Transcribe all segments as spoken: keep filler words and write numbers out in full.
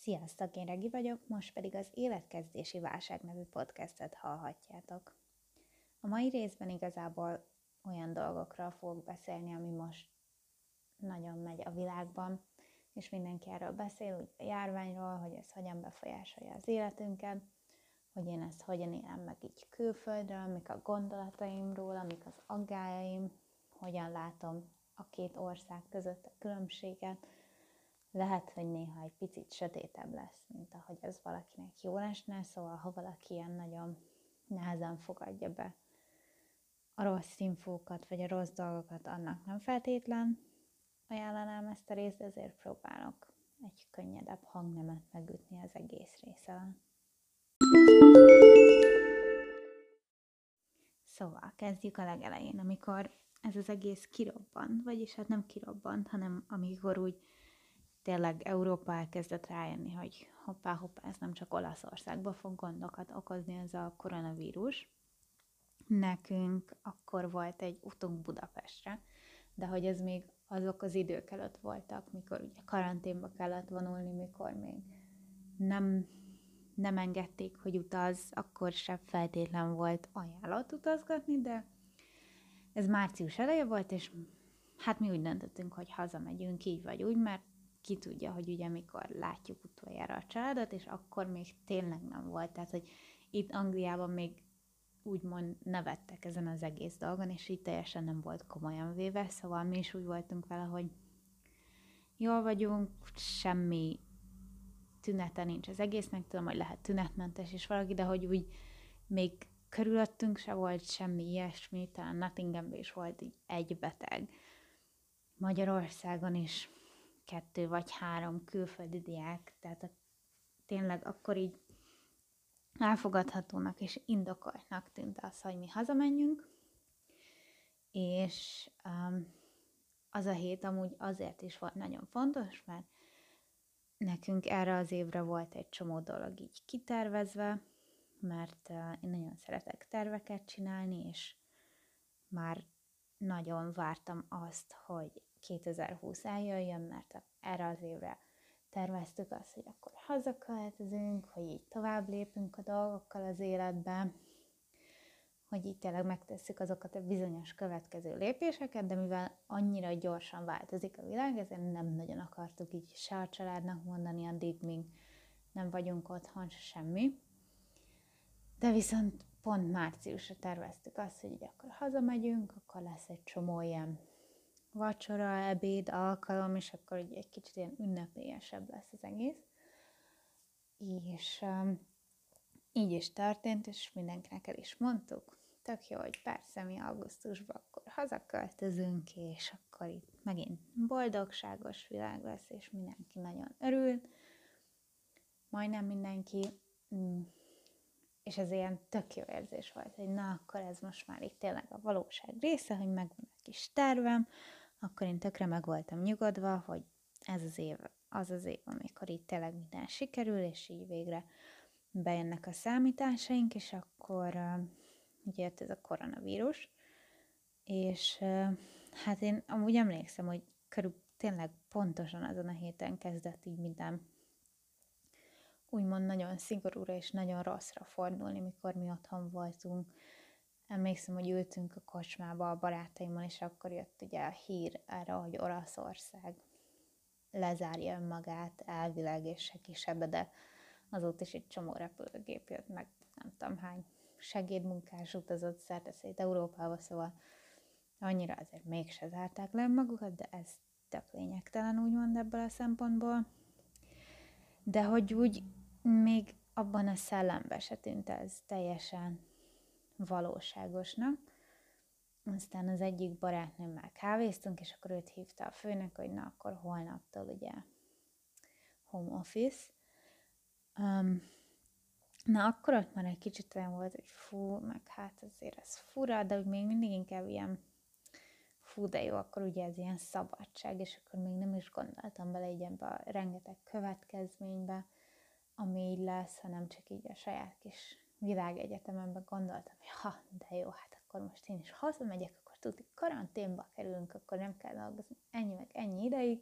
Sziasztok, én Regi vagyok, most pedig az Életkezdési Válság nevű podcastet hallhatjátok. A mai részben igazából olyan dolgokról fogok beszélni, ami most nagyon megy a világban, és mindenki erről beszél, úgy a járványról, hogy ez hogyan befolyásolja az életünket, hogy én ezt hogyan élem meg így külföldről, mik a gondolataim róla, mik az aggályaim, hogyan látom a két ország között a különbséget. Lehet, hogy néha egy picit sötétebb lesz, mint ahogy ez valakinek jól esne, szóval ha valaki ilyen nagyon nehezen fogadja be a rossz infókat, vagy a rossz dolgokat, annak nem feltétlen ajánlanám ezt a részt, de ezért próbálok egy könnyedebb hangnemet megütni az egész részen. Szóval kezdjük a legelején, amikor ez az egész kirobbant, vagyis hát nem kirobbant, hanem amikor úgy tényleg Európa elkezdett rájönni, hogy hoppá, hoppá, ez nem csak Olaszországban fog gondokat okozni ez a koronavírus. Nekünk akkor volt egy utunk Budapestre, de hogy ez még azok az idők előtt voltak, mikor ugye karanténba kellett vonulni, mikor még nem, nem engedték, hogy utaz, akkor sem feltétlen volt ajánlott utazgatni, de ez március eleje volt, és hát mi úgy döntöttünk, hogy hazamegyünk így vagy úgy, mert ki tudja, hogy ugye mikor látjuk utoljára a családot, és akkor még tényleg nem volt. Tehát, hogy itt Angliában még úgymond nevettek ezen az egész dolgon, és így teljesen nem volt komolyan véve, szóval mi is úgy voltunk vele, hogy jól vagyunk, semmi tünete nincs az egésznek, tudom, hogy lehet tünetmentes is valaki, de hogy úgy még körülöttünk se volt semmi ilyesmi, talán Nottinghamben is volt így egy beteg. Magyarországon is kettő vagy három külföldi diák, tehát a, tényleg akkor így elfogadhatónak és indokoltnak tűnt az, hogy mi hazamenjünk, és um, az a hét amúgy azért is volt nagyon fontos, mert nekünk erre az évre volt egy csomó dolog így kitervezve, mert uh, én nagyon szeretek terveket csinálni, és már nagyon vártam azt, hogy kétezer-húsz eljöjjön, mert erre az évre terveztük azt, hogy akkor hazaköltözünk, hogy így tovább lépünk a dolgokkal az életbe, hogy így tényleg megtesszük azokat a bizonyos következő lépéseket, de mivel annyira gyorsan változik a világ, ezért nem nagyon akartuk így se a családnak mondani, addig míg nem vagyunk otthon, se semmi. De viszont pont márciusra terveztük azt, hogy így akkor hazamegyünk, akkor lesz egy csomó ilyen vacsora, ebéd, alkalom, és akkor így egy kicsit ilyen ünnepélyesebb lesz az egész. És um, így is történt, és mindenkinek el is mondtuk. Tök jó, hogy persze mi augusztusban akkor hazaköltözünk, és akkor itt megint boldogságos világ lesz, és mindenki nagyon örül. Majdnem mindenki. Mm. És ez ilyen tök jó érzés volt, hogy na, akkor ez most már itt tényleg a valóság része, hogy megvan a kis tervem, akkor én tökre meg voltam nyugodva, hogy ez az év, az az év, amikor itt tényleg minden sikerül, és így végre bejönnek a számításaink, és akkor uh, ugye jött ez a koronavírus, és uh, hát én amúgy emlékszem, hogy körül tényleg pontosan azon a héten kezdett így minden úgymond nagyon szigorúra és nagyon rosszra fordulni, mikor mi otthon voltunk. Emlékszem, hogy ültünk a kocsmába a barátaimmal, és akkor jött ugye a hír erre, hogy Olaszország lezárja önmagát elvileg, és se kisebbe, de azóta is egy csomó repülőgép jött, meg nem tudom hány segédmunkás utazott szerte szét Európába, szóval annyira azért mégse zárták le magukat, de ez tök lényegtelen úgymond ebből a szempontból. De hogy úgy még abban a szellemben se tűnt ez teljesen valóságosnak. Aztán az egyik barátnőmmel kávéztunk, és akkor őt hívta a főnök, hogy na akkor holnaptól ugye home office. Um, na akkor ott már egy kicsit olyan volt, hogy fú, meg hát azért ez fura, de úgy még mindig inkább ilyen fú, de jó, akkor ugye ez ilyen szabadság, és akkor még nem is gondoltam bele így ebbe a rengeteg következménybe, ami így lesz, hanem csak így a saját kis világegyetememben gondoltam, hogy ha, de jó, hát akkor most én is hazamegyek, akkor tudjuk karanténba kerülünk, akkor nem kell dolgozni ennyi meg ennyi ideig,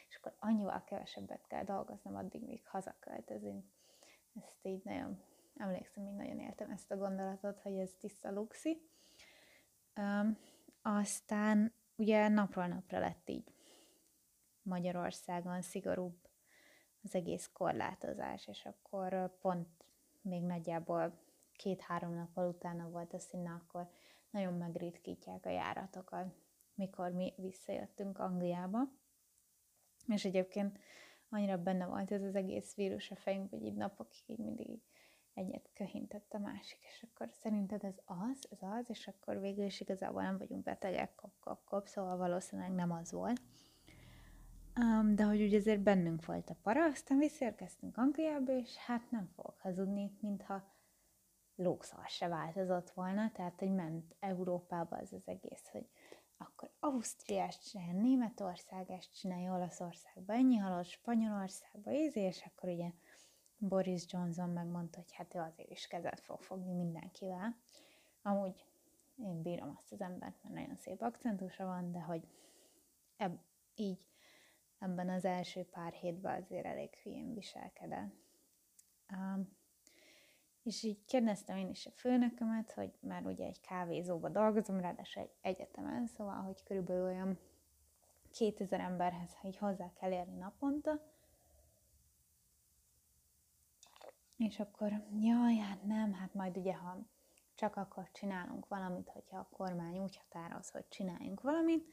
és akkor annyival kevesebbet kell dolgoznom addig, míg hazaköltözünk. Ezt így nagyon, emlékszem, így nagyon éltem ezt a gondolatot, hogy ez tiszta luxi. Um, aztán ugye napról napra lett így Magyarországon szigorúbb az egész korlátozás, és akkor pont még nagyjából két-három nappal utána volt az, hogy na, akkor nagyon megritkítják a járatokat, mikor mi visszajöttünk Angliába. És egyébként annyira benne volt ez az egész vírus a fejünk, hogy így napokig így mindig egyet köhintett a másik, és akkor szerinted ez az, ez az, és akkor végül is igazából nem vagyunk betegek, kop, kop, kop, szóval valószínűleg nem az volt. Um, de hogy ugye azért bennünk volt a para, aztán visszaérkeztünk Angliába, és hát nem fogok hazudni, mintha lószal se változott volna, tehát hogy ment Európába az az egész, hogy akkor Ausztria ezt csinálja, Németország ezt csinálja, Olaszországba ennyi halott, Spanyolországba ízé, és akkor ugye Boris Johnson megmondta, hogy hát ő azért is kezet fog fogni mindenkivel. Amúgy én bírom azt az embert, mert nagyon szép akcentusa van, de hogy eb- így ebben az első pár hétben azért elég hülyén viselkedett. Um, és így kérdeztem én is a főnökömet, hogy már ugye egy kávézóban dolgozom, ráadásul egy egyetemen, szóval, hogy körülbelül olyan kétezer emberhez így hozzá kell érni naponta. És akkor, jaj, hát nem, hát majd ugye, ha csak akkor csinálunk valamit, hogyha a kormány úgy határoz, hogy csináljunk valamit.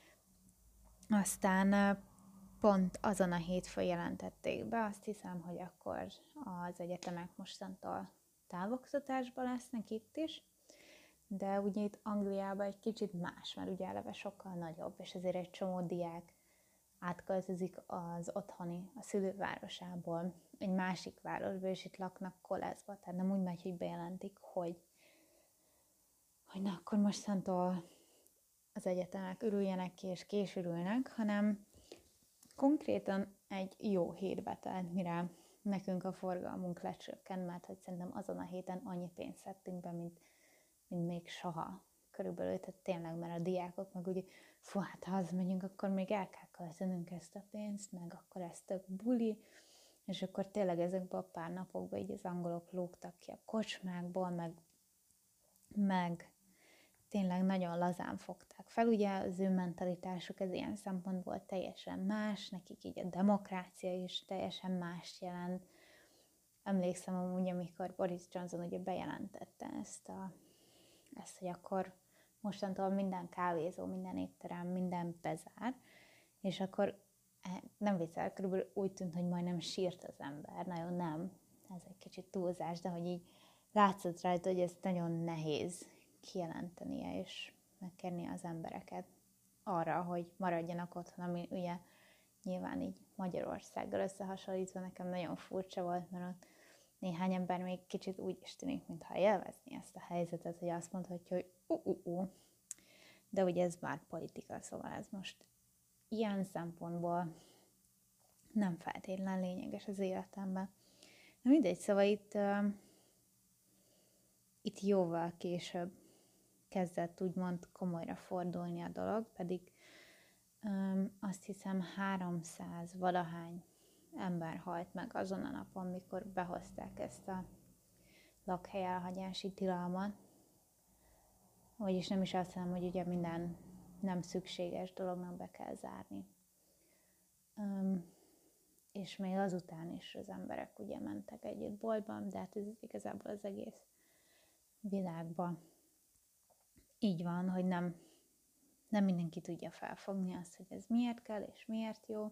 Aztán pont azon a hétfőn jelentették be, azt hiszem, hogy akkor az egyetemek mostantól távoktatásban lesznek itt is, de ugye itt Angliában egy kicsit más, mert ugye eleve sokkal nagyobb, és ezért egy csomó diák átköltözik az otthoni, a szülővárosából egy másik városba, és itt laknak koleszba, tehát nem úgy megy, hogy bejelentik, hogy, hogy na, akkor mostantól az egyetemek ürüljenek ki, és késürülnek, hanem konkrétan egy jó hétbe telt, mire nekünk a forgalmunk lecsökkent, mert hogy szerintem azon a héten annyi pénzt szedtünk be, mint, mint még soha körülbelül, tehát tényleg, mert a diákok meg úgy, fú, hát ha hazamegyünk, akkor még el kell költenünk ezt a pénzt, meg akkor ez tök buli, és akkor tényleg ezekben a pár napokban így az angolok lógtak ki a kocsmákból, meg, meg tényleg nagyon lazán fogták fel. Ugye az ő mentalitásuk ez ilyen szempontból teljesen más, nekik így a demokrácia is teljesen más jelent. Emlékszem amúgy, amikor Boris Johnson ugye bejelentette ezt, a, ezt, hogy akkor mostantól minden kávézó, minden étterem, minden bezár, és akkor nem viccelek, körülbelül úgy tűnt, hogy majdnem sírt az ember, nagyon nem, ez egy kicsit túlzás, de hogy így látszott rajta, hogy ez nagyon nehéz kijelentenie és megkérni az embereket arra, hogy maradjanak otthon, ami ugye nyilván így Magyarországgal összehasonlítva nekem nagyon furcsa volt, mert ott néhány ember még kicsit úgy is tűnik, mintha élvezni ezt a helyzetet, hogy azt mondhatja, hogy u-u-u, de ugye ez már politika, szóval ez most ilyen szempontból nem feltétlen lényeges az életemben. Na mindegy, szóval itt, uh, itt jóval később kezdett úgymond komolyra fordulni a dolog, pedig um, azt hiszem háromszáz valahány ember halt meg azon a napon, mikor behozták ezt a lakhely elhagyási tilalmat. Vagyis nem is azt hiszem, hogy ugye minden nem szükséges dolognak be kell zárni. Um, és még azután is az emberek ugye mentek együtt boltban, de hát ez igazából az egész világban így van, hogy nem, nem mindenki tudja felfogni azt, hogy ez miért kell, és miért jó.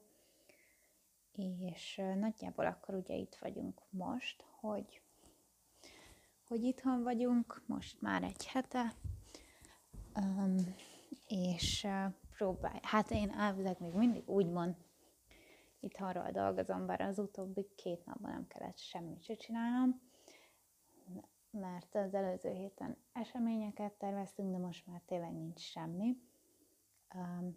És nagyjából akkor ugye itt vagyunk most, hogy, hogy itthon vagyunk, most már egy hete, um, és uh, próbálj, hát én elvileg még mindig úgymond itthonról dolgozom, bár az utóbbi két napban nem kellett semmit se csinálnom, mert az előző héten eseményeket terveztünk, de most már tényleg nincs semmi. Um,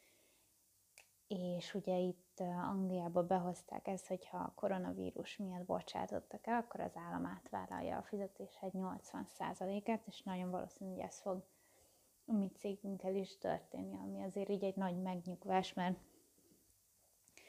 és ugye itt Angliába behozták ezt, hogyha a koronavírus miatt bocsátottak el, akkor az állam átvállalja a fizetésed nyolcvan százalékát, és nagyon valószínű, hogy ez fog a mi cégünkkel is történni, ami azért így egy nagy megnyugvás, mert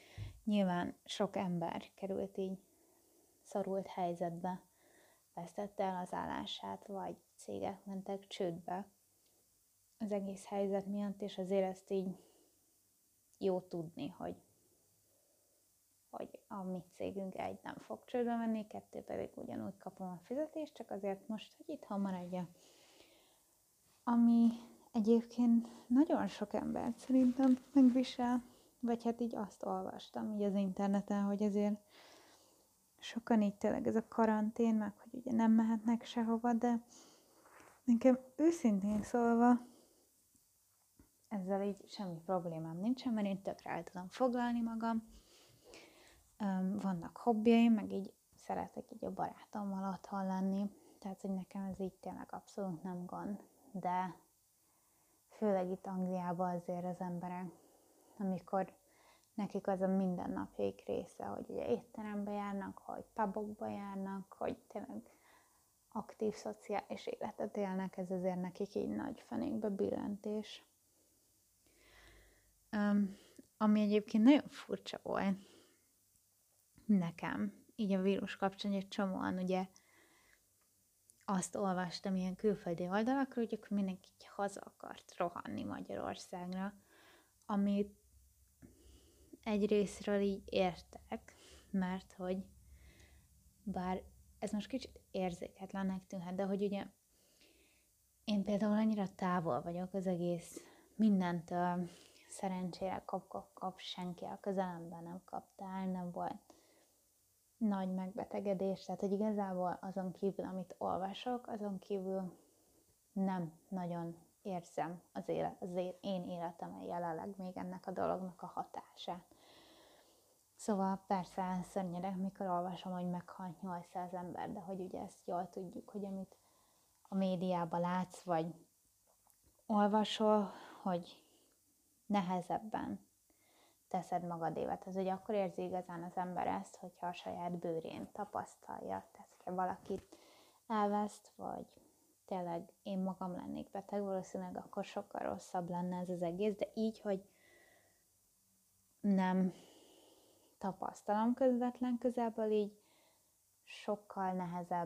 Nyilván sok ember került így szorult helyzetbe, vesztette el az állását, vagy cégek mentek csődbe az egész helyzet miatt, és azért ezt így jó tudni, hogy, hogy a mi cégünk egy nem fog csődbe menni, kettő pedig ugyanúgy kapom a fizetést, csak azért most, hogy itthon maradja. Ami egyébként nagyon sok embert szerintem megvisel, vagy hát így azt olvastam így az interneten, hogy azért sokan így tényleg ez a karantén, meg hogy ugye nem mehetnek sehova, de nekem őszintén szólva ezzel így semmi problémám nincsen, mert én tökre el tudom foglalni magam. Vannak hobbjaim, meg így szeretek így a barátommal otthon lenni, tehát hogy nekem ez így tényleg abszolút nem gond, de főleg itt Angliában azért az emberek, amikor nekik az a mindennapjaik része, hogy ugye étterembe járnak, hogy pubokba járnak, hogy tényleg aktív szociális életet élnek, ez azért nekik így nagy fenékbe billentés. Um, ami egyébként nagyon furcsa volt nekem, így a vírus kapcsán, egy csomóan ugye azt olvastam ilyen külföldi oldalakról, hogy akkor mindenki így haza akart rohanni Magyarországra, amit egy részről így értek, mert hogy bár ez most kicsit érzéketlennek tűnhet, de hogy ugye én például annyira távol vagyok az egész mindentől, szerencsére kap, kap, kap senki a közelemben nem kaptál, nem volt nagy megbetegedés, tehát hogy igazából azon kívül, amit olvasok, azon kívül nem nagyon érzem az, élet, az én életemen jelenleg még ennek a dolognak a hatását. Szóval persze szörnyedek, mikor olvasom, hogy meghalt nyolcszáz ember, de hogy ugye ezt jól tudjuk, hogy amit a médiában látsz, vagy olvasol, hogy nehezebben teszed magadévet. Ez ugye akkor érzi igazán az ember ezt, hogyha a saját bőrén tapasztalja. Tehát, hogyha valakit elveszt, vagy tényleg én magam lennék beteg, valószínűleg akkor sokkal rosszabb lenne ez az egész, de így, hogy nem tapasztalom közvetlen közelből, így sokkal nehezebb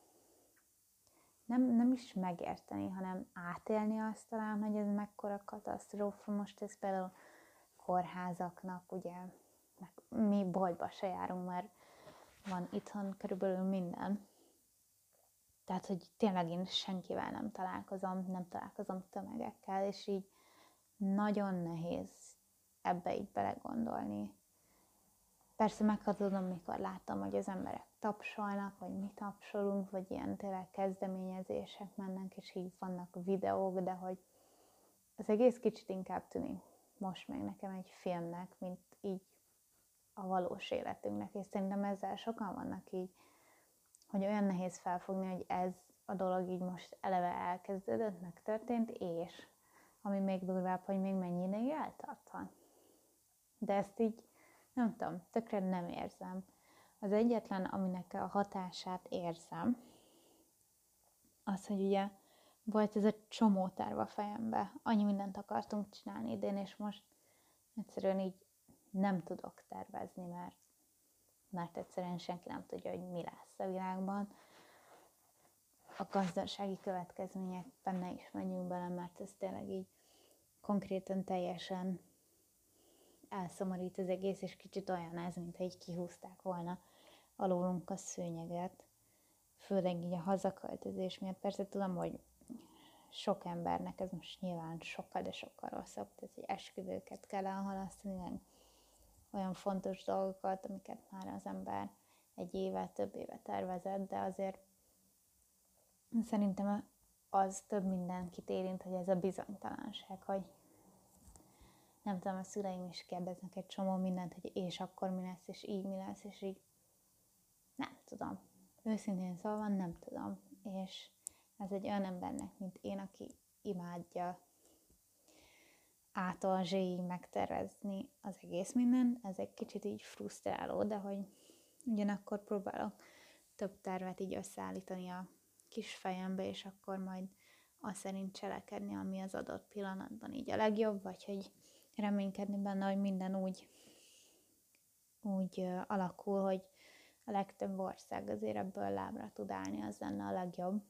nem, nem is megérteni, hanem átélni azt talán, hogy ez mekkora katasztrófa. Most ez például kórházaknak, ugye, mi boltba se járunk, mert van itthon körülbelül minden. Tehát, hogy tényleg én senkivel nem találkozom, nem találkozom tömegekkel, és így nagyon nehéz ebbe így belegondolni. Persze meghatodom, mikor látom, hogy az emberek tapsolnak, vagy mi tapsolunk, vagy ilyen tényleg kezdeményezések mennek, és így vannak videók, de hogy az egész kicsit inkább tűnik most még nekem egy filmnek, mint így a valós életünknek, és szerintem ezzel sokan vannak így, hogy olyan nehéz felfogni, hogy ez a dolog így most eleve elkezdődött, megtörtént, és ami még durvább, hogy még mennyi ideig eltarthat. De ezt így nem tudom, tökre nem érzem. Az egyetlen, aminek a hatását érzem, az, hogy ugye volt ez a csomó terv a fejembe. Annyi mindent akartunk csinálni idén, és most egyszerűen így nem tudok tervezni, mert, mert egyszerűen senki nem tudja, hogy mi lesz a világban. A gazdasági következményekben ne is menjünk bele, mert ez tényleg így konkrétan teljesen elszomorít az egész, és kicsit olyan ez, mintha így kihúzták volna alólunk a szőnyeget, főleg így a hazaköltözés miatt. Persze tudom, hogy sok embernek ez most nyilván sokkal, de sokkal rosszabb, tehát hogy esküvőket kell elhalasztani, meg olyan fontos dolgokat, amiket már az ember egy éve, több éve tervezett, de azért szerintem az több mindenkit érint, hogy ez a bizonytalanság, hogy nem tudom, a szüleim is kérdeznek egy csomó mindent, hogy és akkor mi lesz, és így mi lesz, és így nem tudom. Őszintén szólva nem tudom. És ez egy olyan embernek, mint én, aki imádja ától zséig megtervezni az egész mindent, ez egy kicsit így frusztráló, de hogy ugyanakkor próbálok több tervet így összeállítani a kis fejembe, és akkor majd azt szerint cselekedni, ami az adott pillanatban így a legjobb, vagy hogy reménykedni benne, hogy minden úgy úgy uh, alakul, hogy a legtöbb ország azért ebből lábra tud állni, az lenne a legjobb.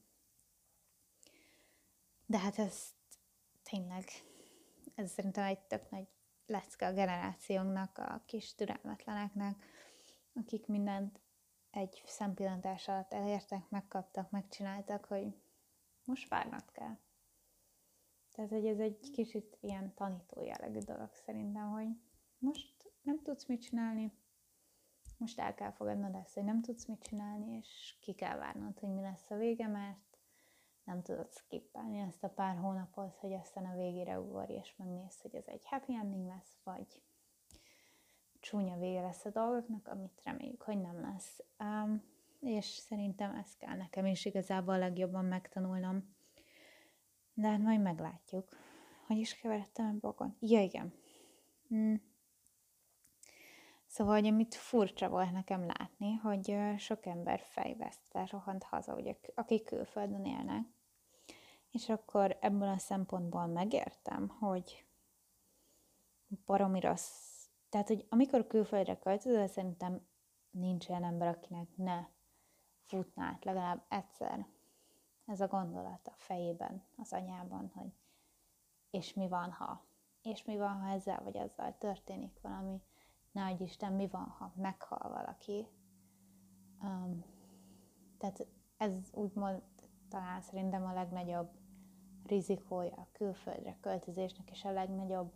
De hát ez tényleg, ez szerintem egy tök nagy lecke a generációnknak, a kis türelmetleneknek, akik mindent egy szempillantás alatt elértek, megkaptak, megcsináltak, hogy most várnod kell. Tehát, hogy ez egy kicsit ilyen tanító jellegű dolog szerintem, hogy most nem tudsz mit csinálni, most el kell fogadnod ezt, hogy nem tudsz mit csinálni, és ki kell várnod, hogy mi lesz a vége, mert nem tudod skippelni ezt a pár hónapot, hogy aztán a végére ugorj, és megnézd, hogy ez egy happy ending lesz, vagy csúnya vége lesz a dolgoknak, amit reméljük, hogy nem lesz. Um, és szerintem ezt kell nekem is igazából legjobban megtanulnom. De hát majd meglátjuk. Hogy is keveredtem a blogon? Ja, igen. Mm. Szóval, hogy amit furcsa volt nekem látni, hogy sok ember fejvesztve rohant haza, ugye, akik külföldön élnek. És akkor ebből a szempontból megértem, hogy baromi rossz. Tehát, hogy amikor külföldre költözöl, szerintem nincs olyan ember, akinek ne futná át legalább egyszer ez a gondolat a fejében, az anyában, hogy és mi van, ha? És mi van, ha ezzel vagy azzal történik valami? Ne adj Isten, mi van, ha meghal valaki? Um, tehát ez úgymond talán szerintem a legnagyobb rizikója a külföldre költözésnek, és a legnagyobb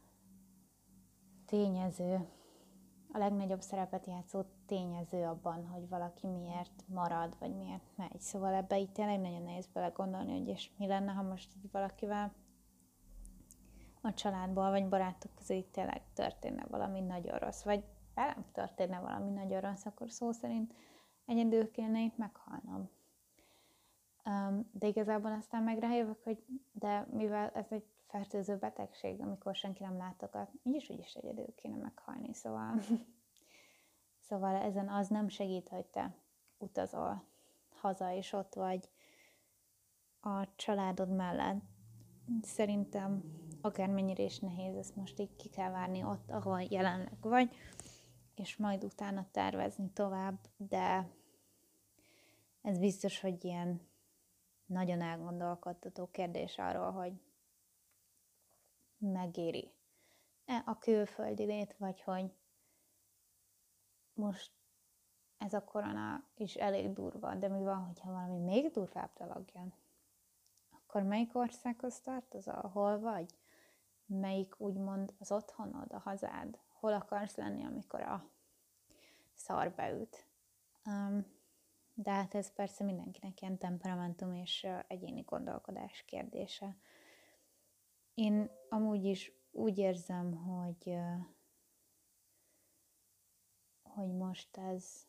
tényező, a legnagyobb szerepet játszó tényező abban, hogy valaki miért marad, vagy miért megy. Szóval ebbe így tényleg nagyon nehéz bele gondolni, hogy és mi lenne, ha most így valakivel a családból, vagy barátok közé így tényleg történne valami nagyon rossz, vagy velem történne valami nagyon rossz, akkor szó szerint egyedül kéne itt meghalnom. Um, de igazából aztán meg rájövök, hogy de mivel ez egy fertőző betegség, amikor senki nem látogat, úgyis úgyis egyedül kéne meghalni, szóval szóval ezen az nem segít, hogy te utazol haza, és ott vagy a családod mellett. Szerintem akármennyire is nehéz, ezt most így ki kell várni ott, ahol jelenleg vagy, és majd utána tervezni tovább, de ez biztos, hogy ilyen nagyon elgondolkodtató kérdés arról, hogy megéri-e a külföldi lét, vagy hogy most ez a korona is elég durva, de mi van, hogyha valami még durvább dolog jön? Akkor melyik országhoz tartozol? Hol vagy? Melyik úgymond az otthonod, a hazád? Hol akarsz lenni, amikor a szar beüt? Um, de hát ez persze mindenkinek ilyen temperamentum és uh, egyéni gondolkodás kérdése. Én amúgy is úgy érzem, hogy, uh, hogy most ez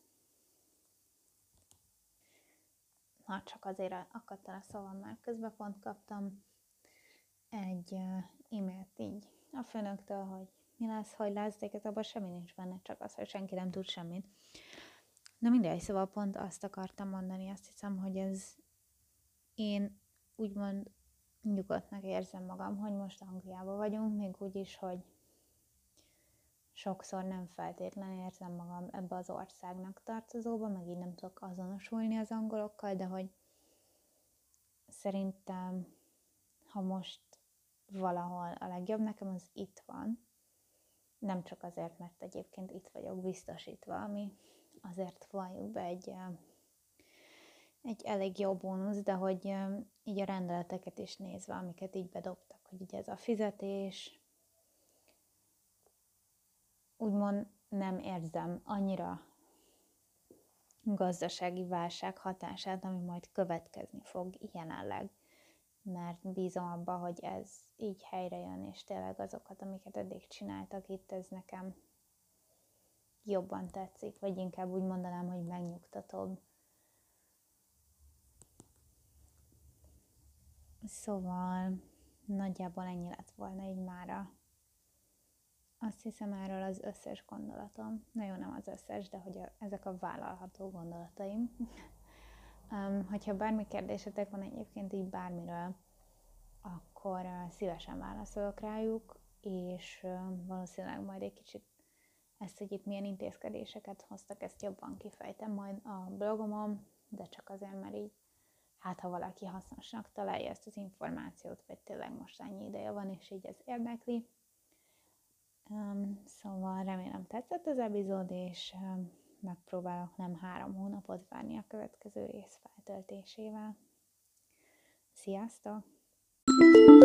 na, csak azért akadt el a szavam, már közben pont kaptam egy uh, e-mailt így a főnöktől, hogy mi lesz, hogy lesz, de igazából semmi nincs benne, csak az, hogy senki nem tud semmit. Na mindegy, szóval pont azt akartam mondani, azt hiszem, hogy ez én úgymond nyugodtnak érzem magam, hogy most Angliában vagyunk, még úgy is, hogy sokszor nem feltétlenül érzem magam ebbe az országnak tartozóba, meg így nem tudok azonosulni az angolokkal, de hogy szerintem, ha most valahol a legjobb nekem, az itt van. Nem csak azért, mert egyébként itt vagyok biztosítva, ami azért valljuk be egy, egy elég jó bónusz, de hogy így a rendeleteket is nézve, amiket így bedobtak, hogy ugye ez a fizetés, úgymond nem érzem annyira gazdasági válság hatását, ami majd következni fog jelenleg, mert bízom abba, hogy ez így helyre jön, és tényleg azokat, amiket eddig csináltak itt, ez nekem jobban tetszik, vagy inkább úgy mondanám, hogy megnyugtatóbb. Szóval nagyjából ennyi lett volna így mára. Azt hiszem erről az összes gondolatom. Na jó, nem az összes, de hogy a, ezek a vállalható gondolataim. um, hogyha bármi kérdésetek van egyébként így bármiről, akkor uh, szívesen válaszolok rájuk, és uh, valószínűleg majd egy kicsit ezt, hogy itt milyen intézkedéseket hoztak, ezt jobban kifejtem majd a blogomon, de csak azért, mert így, hát ha valaki hasznosnak találja ezt az információt, vagy tényleg most annyi ideje van, és így ez érdekli. Um, szóval remélem tetszett az epizód, és um, megpróbálok nem három hónapot várni a következő rész feltöltésével. Sziasztok!